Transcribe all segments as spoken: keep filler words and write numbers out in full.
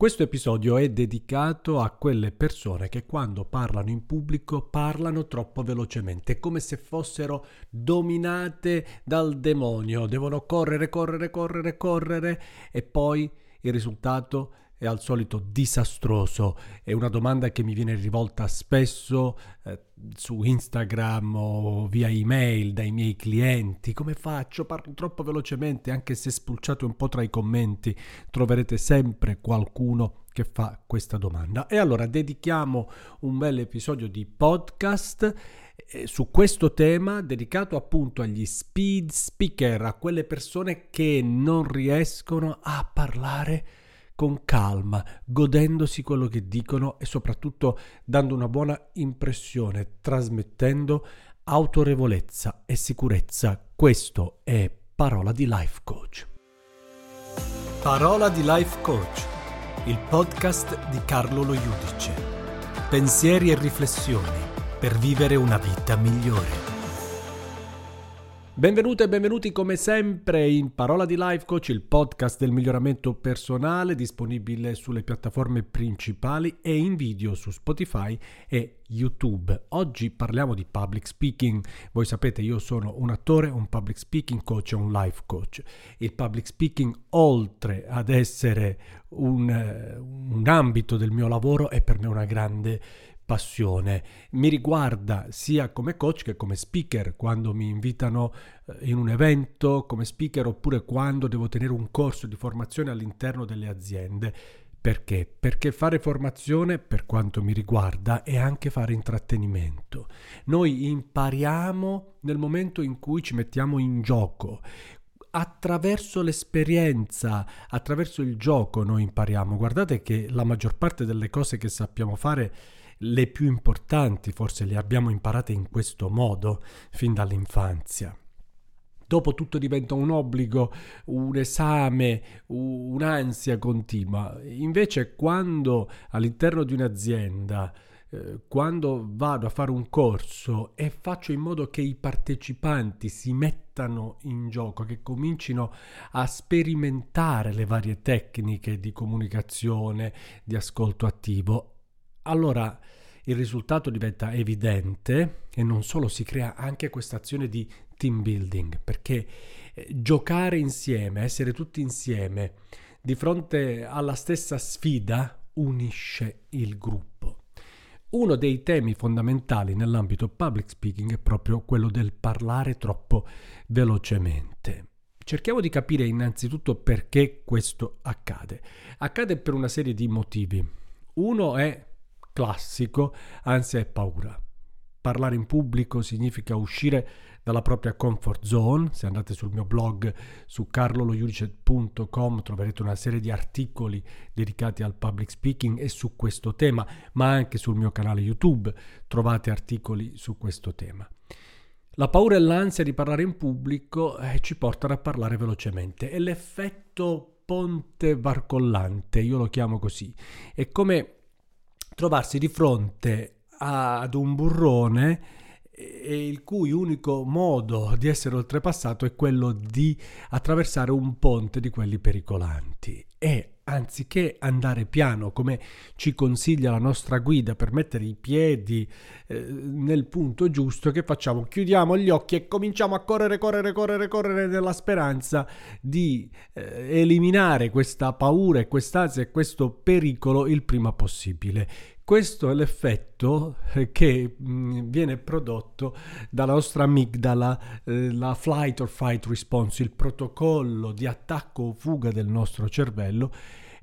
Questo episodio è dedicato a quelle persone che quando parlano in pubblico parlano troppo velocemente, come se fossero dominate dal demonio. Devono correre, correre, correre, correre e poi il risultato è al solito disastroso. È una domanda che mi viene rivolta spesso eh, su Instagram o via email dai miei clienti. Come faccio? Parlo troppo velocemente, anche se spulciate un po' tra i commenti troverete sempre qualcuno che fa questa domanda. E allora dedichiamo un bel episodio di podcast eh, su questo tema dedicato appunto agli speed speaker, a quelle persone che non riescono a parlare con calma, godendosi quello che dicono e soprattutto dando una buona impressione, trasmettendo autorevolezza e sicurezza. Questo è Parola di Life Coach. Parola di Life Coach, il podcast di Carlo Lo Judice. Pensieri e riflessioni per vivere una vita migliore. Benvenute e benvenuti come sempre in Parola di Life Coach, il podcast del miglioramento personale disponibile sulle piattaforme principali e in video su Spotify e YouTube. Oggi parliamo di public speaking. Voi sapete, io sono un attore, un public speaking coach e un life coach. Il public speaking, oltre ad essere un, un ambito del mio lavoro, è per me una grande passione. Mi riguarda sia come coach che come speaker, quando mi invitano in un evento come speaker oppure quando devo tenere un corso di formazione all'interno delle aziende. Perché? Perché fare formazione, per quanto mi riguarda, è anche fare intrattenimento. Noi impariamo nel momento in cui ci mettiamo in gioco. Attraverso l'esperienza, attraverso il gioco noi impariamo. Guardate che la maggior parte delle cose che sappiamo fare, le più importanti, forse le abbiamo imparate in questo modo fin dall'infanzia. Dopo tutto diventa un obbligo, un esame, un'ansia continua. Invece quando all'interno di un'azienda, eh, quando vado a fare un corso e faccio in modo che i partecipanti si mettano in gioco, che comincino a sperimentare le varie tecniche di comunicazione, di ascolto attivo, allora il risultato diventa evidente e non solo, si crea anche questa azione di team building, perché eh, giocare insieme, essere tutti insieme di fronte alla stessa sfida unisce il gruppo. Uno dei temi fondamentali nell'ambito public speaking è proprio quello del parlare troppo velocemente. Cerchiamo di capire innanzitutto perché questo accade. Accade per una serie di motivi. Uno è classico, ansia e paura. Parlare in pubblico significa uscire dalla propria comfort zone. Se andate sul mio blog su carlo lo judice punto com troverete una serie di articoli dedicati al public speaking e su questo tema, ma anche sul mio canale YouTube trovate articoli su questo tema. La paura e l'ansia di parlare in pubblico eh, ci portano a parlare velocemente. È l'effetto ponte varcollante, io lo chiamo così. È come trovarsi di fronte ad un burrone e il cui unico modo di essere oltrepassato è quello di attraversare un ponte di quelli pericolanti. E anziché andare piano, come ci consiglia la nostra guida, per mettere i piedi eh, nel punto giusto, che facciamo? Chiudiamo gli occhi e cominciamo a correre, correre, correre, correre nella speranza di eh, eliminare questa paura e quest'ansia e questo pericolo il prima possibile. Questo è l'effetto che mh, viene prodotto dalla nostra amigdala, eh, la flight or fight response, il protocollo di attacco o fuga del nostro cervello,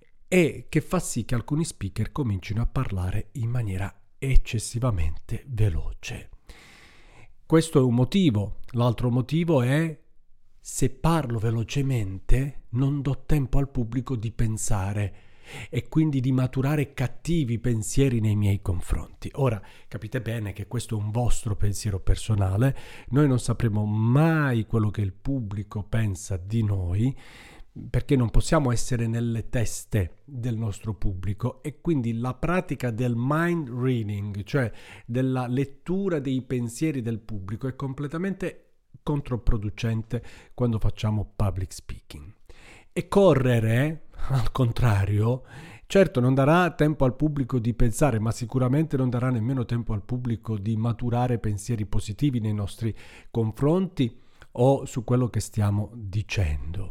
e che fa sì che alcuni speaker comincino a parlare in maniera eccessivamente veloce. Questo è un motivo. L'altro motivo è: se parlo velocemente non do tempo al pubblico di pensare e quindi di maturare cattivi pensieri nei miei confronti. Ora, capite bene che questo è un vostro pensiero personale, noi non sapremo mai quello che il pubblico pensa di noi, perché non possiamo essere nelle teste del nostro pubblico, e quindi la pratica del mind reading, cioè della lettura dei pensieri del pubblico, è completamente controproducente quando facciamo public speaking. E correre, al contrario, Certo, non darà tempo al pubblico di pensare, ma sicuramente non darà nemmeno tempo al pubblico di maturare pensieri positivi nei nostri confronti o su quello che stiamo dicendo.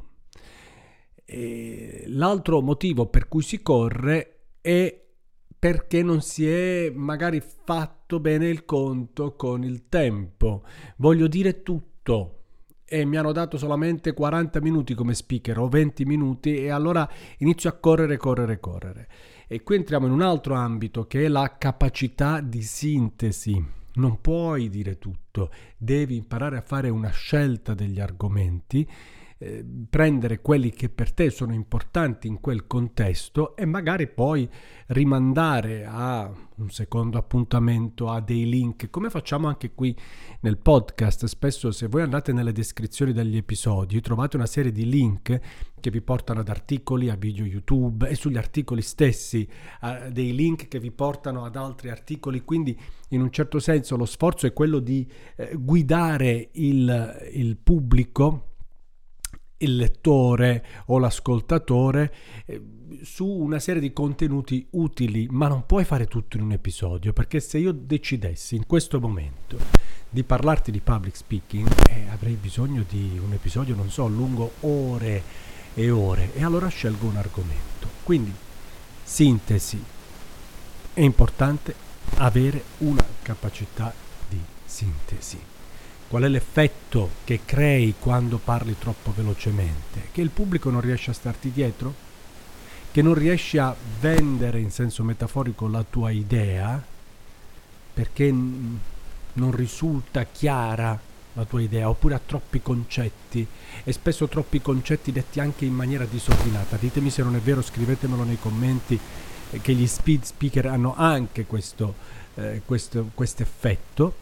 E l'altro motivo per cui si corre è perché non si è magari fatto bene il conto con il tempo. Voglio dire tutto e mi hanno dato solamente quaranta minuti come speaker o venti minuti e allora inizio a correre, correre, correre. E qui entriamo in un altro ambito che è la capacità di sintesi. Non puoi dire tutto, devi imparare a fare una scelta degli argomenti, eh, prendere quelli che per te sono importanti in quel contesto e magari poi rimandare a un secondo appuntamento, a dei link, come facciamo anche qui nel podcast. Spesso, se voi andate nelle descrizioni degli episodi, trovate una serie di link che vi portano ad articoli, a video YouTube e sugli articoli stessi a dei link che vi portano ad altri articoli, quindi in un certo senso lo sforzo è quello di eh, guidare il, il pubblico, il lettore o l'ascoltatore eh, su una serie di contenuti utili, ma non puoi fare tutto in un episodio, perché se io decidessi in questo momento di parlarti di public speaking eh, avrei bisogno di un episodio, non so, lungo ore e ore, e allora scelgo un argomento. Quindi sintesi, è importante avere una capacità di sintesi. Qual è l'effetto che crei quando parli troppo velocemente? Che il pubblico non riesce a starti dietro? Che non riesci a vendere in senso metaforico la tua idea perché non risulta chiara la tua idea, oppure ha troppi concetti e spesso troppi concetti detti anche in maniera disordinata. Ditemi se non è vero, scrivetemelo nei commenti, eh, che gli speed speaker hanno anche questo eh, questo questo effetto.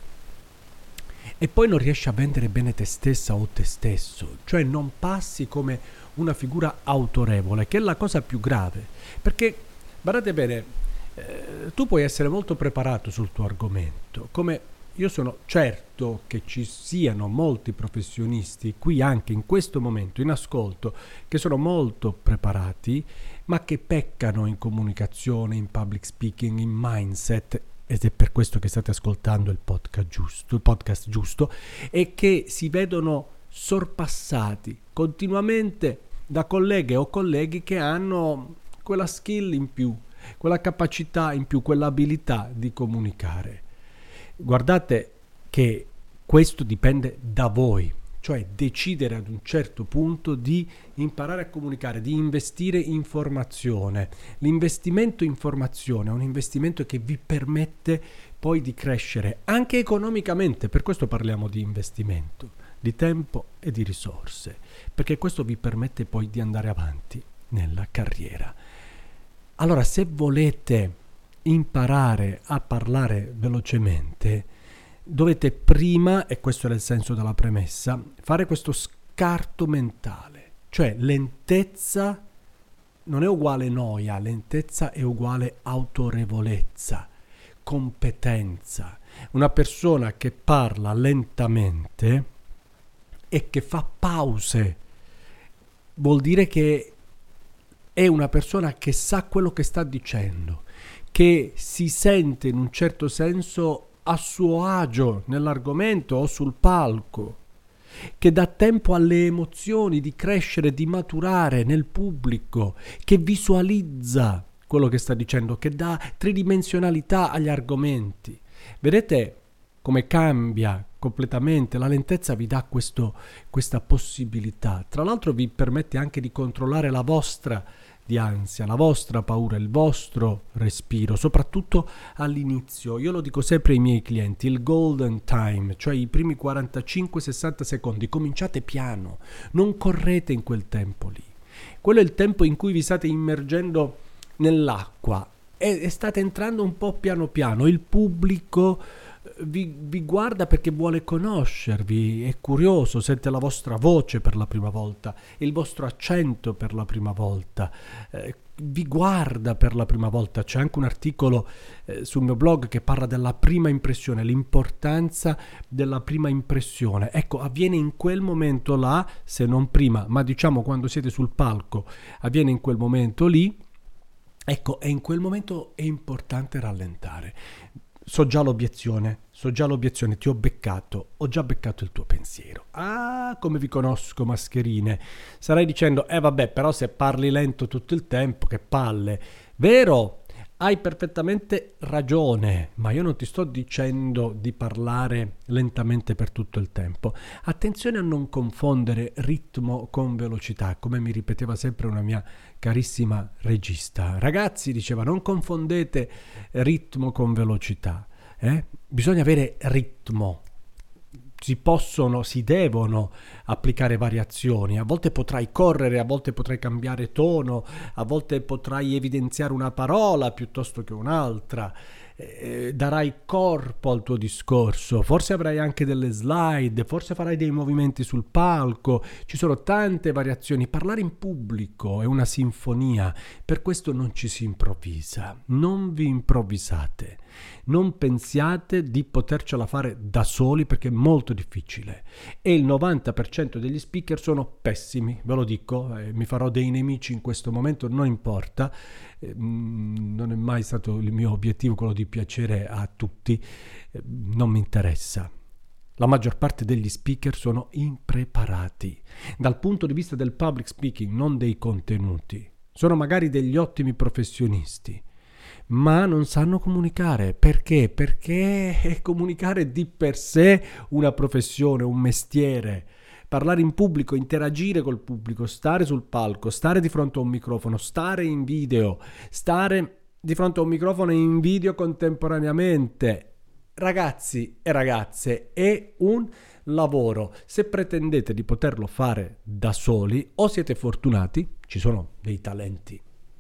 E poi non riesci a vendere bene te stessa o te stesso, cioè non passi come una figura autorevole, che è la cosa più grave, perché guardate bene, eh, tu puoi essere molto preparato sul tuo argomento, come io sono certo che ci siano molti professionisti qui anche in questo momento in ascolto che sono molto preparati ma che peccano in comunicazione, in public speaking, in mindset, ed è per questo che state ascoltando il podcast giusto, il podcast giusto, e che si vedono sorpassati continuamente da colleghe o colleghi che hanno quella skill in più, quella capacità in più, quell'abilità di comunicare. Guardate che questo dipende da voi, cioè decidere ad un certo punto di imparare a comunicare, di investire in formazione. L'investimento in formazione è un investimento che vi permette poi di crescere anche economicamente, per questo parliamo di investimento, di tempo e di risorse, perché questo vi permette poi di andare avanti nella carriera. Allora, se volete imparare a parlare velocemente, dovete prima, e questo era il senso della premessa, fare questo scarto mentale, cioè lentezza non è uguale noia, lentezza è uguale autorevolezza, competenza. Una persona che parla lentamente e che fa pause vuol dire che è una persona che sa quello che sta dicendo, che si sente in un certo senso a suo agio nell'argomento o sul palco, che dà tempo alle emozioni di crescere, di maturare nel pubblico, che visualizza quello che sta dicendo, che dà tridimensionalità agli argomenti. Vedete come cambia completamente? La lentezza vi dà questo, questa possibilità. Tra l'altro vi permette anche di controllare la vostra di ansia, la vostra paura, il vostro respiro, soprattutto all'inizio. Io lo dico sempre ai miei clienti, il golden time, cioè i primi quarantacinque sessanta secondi, cominciate piano, non correte in quel tempo lì. Quello è il tempo in cui vi state immergendo nell'acqua e, e state entrando un po' piano piano. Il pubblico Vi, vi guarda perché vuole conoscervi, è curioso, sente la vostra voce per la prima volta, il vostro accento per la prima volta, eh, vi guarda per la prima volta. C'è anche un articolo eh, sul mio blog che parla della prima impressione, l'importanza della prima impressione. Ecco, avviene in quel momento là, se non prima, ma diciamo quando siete sul palco, avviene in quel momento lì. Ecco, e in quel momento è importante rallentare. So già l'obiezione, so già l'obiezione, ti ho beccato, ho già beccato il tuo pensiero. Ah, come vi conosco, mascherine. Starai dicendo, eh vabbè, però se parli lento tutto il tempo, che palle. Vero, hai perfettamente ragione, ma io non ti sto dicendo di parlare lentamente per tutto il tempo. Attenzione a non confondere ritmo con velocità, come mi ripeteva sempre una mia carissima regista. Ragazzi, diceva, non confondete ritmo con velocità. Eh? Bisogna avere ritmo. Si possono, si devono applicare variazioni. A volte potrai correre, a volte potrai cambiare tono, a volte potrai evidenziare una parola piuttosto che un'altra. Eh, darai corpo al tuo discorso, forse avrai anche delle slide, forse farai dei movimenti sul palco, ci sono tante variazioni. Parlare in pubblico è una sinfonia, per questo non ci si improvvisa, non vi improvvisate, non pensiate di potercela fare da soli perché è molto difficile e il novanta per cento degli speaker sono pessimi, ve lo dico, eh, mi farò dei nemici in questo momento, non importa, eh, non è mai stato il mio obiettivo quello di piacere a tutti, eh, non mi interessa. La maggior parte degli speaker sono impreparati dal punto di vista del public speaking, non dei contenuti. Sono magari degli ottimi professionisti, ma non sanno comunicare. Perché? Perché comunicare è di per sé una professione, un mestiere. Parlare in pubblico, interagire col pubblico, stare sul palco, stare di fronte a un microfono, stare in video, stare di fronte a un microfono e in video contemporaneamente. Ragazzi e ragazze, è un lavoro. Se pretendete di poterlo fare da soli, o siete fortunati, ci sono dei talenti,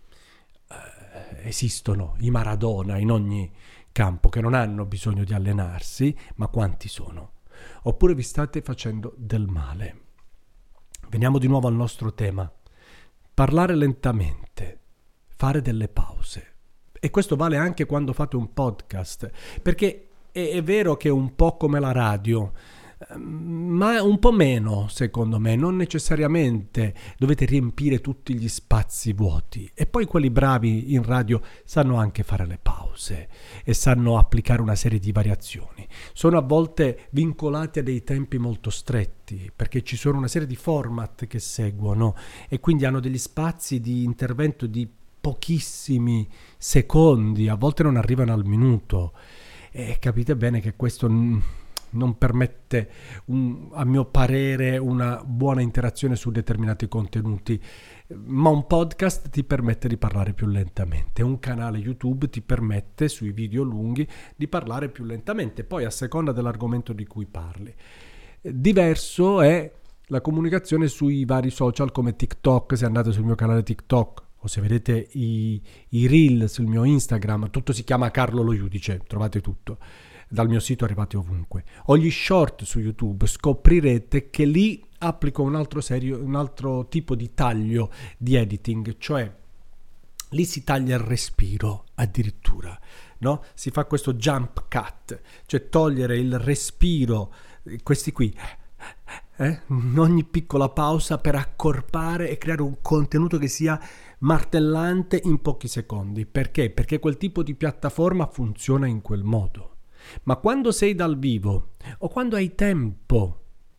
eh, esistono i Maradona in ogni campo che non hanno bisogno di allenarsi, ma quanti sono? Oppure vi state facendo del male. Veniamo di nuovo al nostro tema. Parlare lentamente, fare delle pause. E questo vale anche quando fate un podcast, perché è, è vero che è un po' come la radio, ma un po' meno, secondo me. Non necessariamente dovete riempire tutti gli spazi vuoti. E poi quelli bravi in radio sanno anche fare le pause e sanno applicare una serie di variazioni. Sono a volte vincolati a dei tempi molto stretti, perché ci sono una serie di format che seguono e quindi hanno degli spazi di intervento di pochissimi secondi, a volte non arrivano al minuto. E capite bene che questo non permette, un, a mio parere, una buona interazione su determinati contenuti, ma un podcast ti permette di parlare più lentamente, un canale YouTube ti permette sui video lunghi di parlare più lentamente, poi a seconda dell'argomento di cui parli. Diverso è la comunicazione sui vari social come TikTok. Se andate sul mio canale TikTok o se vedete i, i reel sul mio Instagram, tutto si chiama Carlo Lo Judice, trovate tutto. Dal mio sito arrivate ovunque. O gli short su YouTube, scoprirete che lì applico un altro, serio, un altro tipo di taglio di editing, cioè lì si taglia il respiro addirittura, no? Si fa questo jump cut, cioè togliere il respiro, questi qui, eh? in ogni piccola pausa per accorpare e creare un contenuto che sia martellante in pochi secondi. Perché? Perché quel tipo di piattaforma funziona in quel modo. Ma quando sei dal vivo o quando hai tempo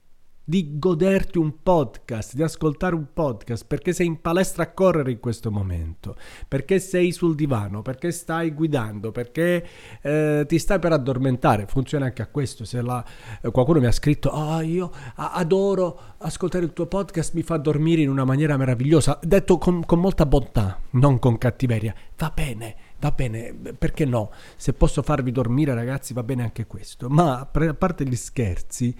di goderti un podcast, di ascoltare un podcast, perché sei in palestra a correre in questo momento, perché sei sul divano, perché stai guidando, perché eh, ti stai per addormentare, funziona anche a questo. Se la, eh, qualcuno mi ha scritto oh, io adoro ascoltare il tuo podcast, mi fa dormire in una maniera meravigliosa, detto con, con molta bontà, non con cattiveria, va bene. Va bene, perché no? Se posso farvi dormire, ragazzi, va bene anche questo. Ma a parte gli scherzi,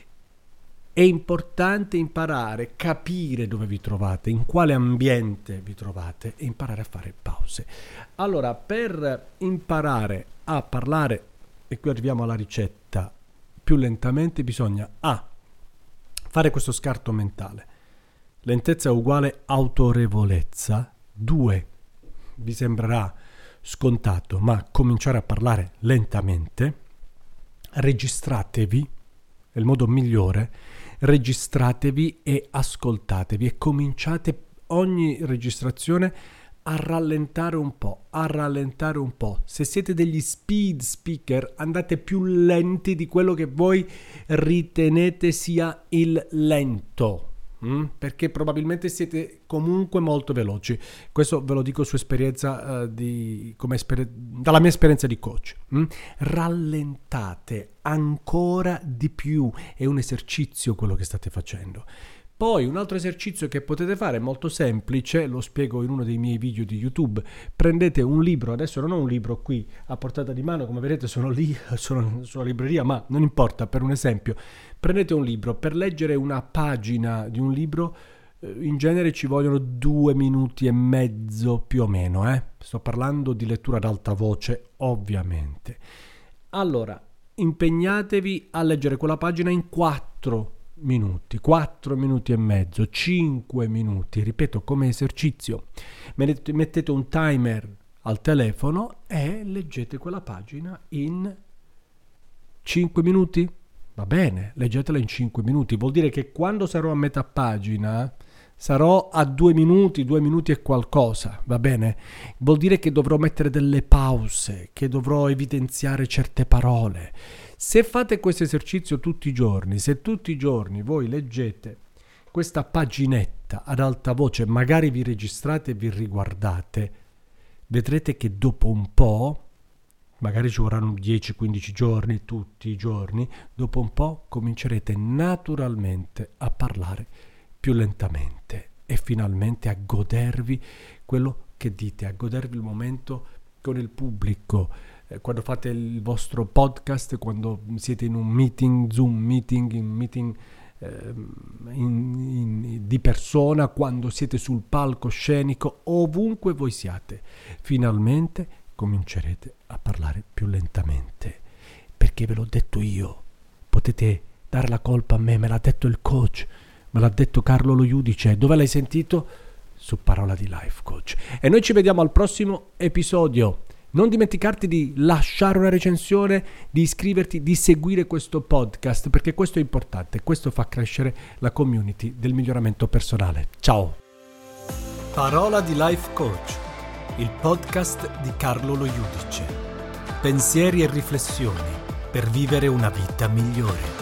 è importante imparare, capire dove vi trovate, in quale ambiente vi trovate e imparare a fare pause. Allora, per imparare a parlare, e qui arriviamo alla ricetta, più lentamente bisogna A. Fare questo scarto mentale. Lentezza è uguale autorevolezza. due. Vi sembrerà scontato, ma cominciare a parlare lentamente. Registratevi, è il modo migliore, registratevi e ascoltatevi e cominciate ogni registrazione a rallentare un po', a rallentare un po'. Se siete degli speed speaker, andate più lenti di quello che voi ritenete sia il lento. Mm? Perché probabilmente siete comunque molto veloci. Questo ve lo dico su esperienza uh, di, come esper- dalla mia esperienza di coach. Mm? Rallentate ancora di più, è un esercizio quello che state facendo. Poi un altro esercizio che potete fare è molto semplice, lo spiego in uno dei miei video di YouTube. Prendete un libro, adesso non ho un libro qui a portata di mano, come vedete sono lì, sono sulla libreria, ma non importa, per un esempio. Prendete un libro, per leggere una pagina di un libro in genere ci vogliono due minuti e mezzo più o meno, eh? Sto parlando di lettura ad alta voce, ovviamente. Allora, impegnatevi a leggere quella pagina in quattro minuti, quattro minuti e mezzo, cinque minuti, ripeto, come esercizio. Mettete un timer al telefono e leggete quella pagina in cinque minuti. Va bene, leggetela in cinque minuti. Vuol dire che quando sarò a metà pagina sarò a due minuti, due minuti e qualcosa, va bene? Vuol dire che dovrò mettere delle pause, che dovrò evidenziare certe parole. Se fate questo esercizio tutti i giorni, se tutti i giorni voi leggete questa paginetta ad alta voce, magari vi registrate e vi riguardate, vedrete che dopo un po', magari ci vorranno dieci quindici giorni, tutti i giorni, dopo un po' comincerete naturalmente a parlare più lentamente e finalmente a godervi quello che dite, a godervi il momento con il pubblico, eh, quando fate il vostro podcast, quando siete in un meeting, Zoom meeting, in meeting eh, in, in, di persona, quando siete sul palcoscenico, ovunque voi siate, finalmente comincerete a parlare più lentamente, perché ve l'ho detto io. Potete dare la colpa a me, me l'ha detto il coach, me l'ha detto Carlo Lo Iudice. Dove l'hai sentito? Su Parola di Life Coach. E noi ci vediamo al prossimo episodio. Non dimenticarti di lasciare una recensione, di iscriverti, di seguire questo podcast, perché questo è importante, questo fa crescere la community del miglioramento personale. Ciao! Parola di Life Coach, il podcast di Carlo Lo Iudice. Pensieri e riflessioni per vivere una vita migliore.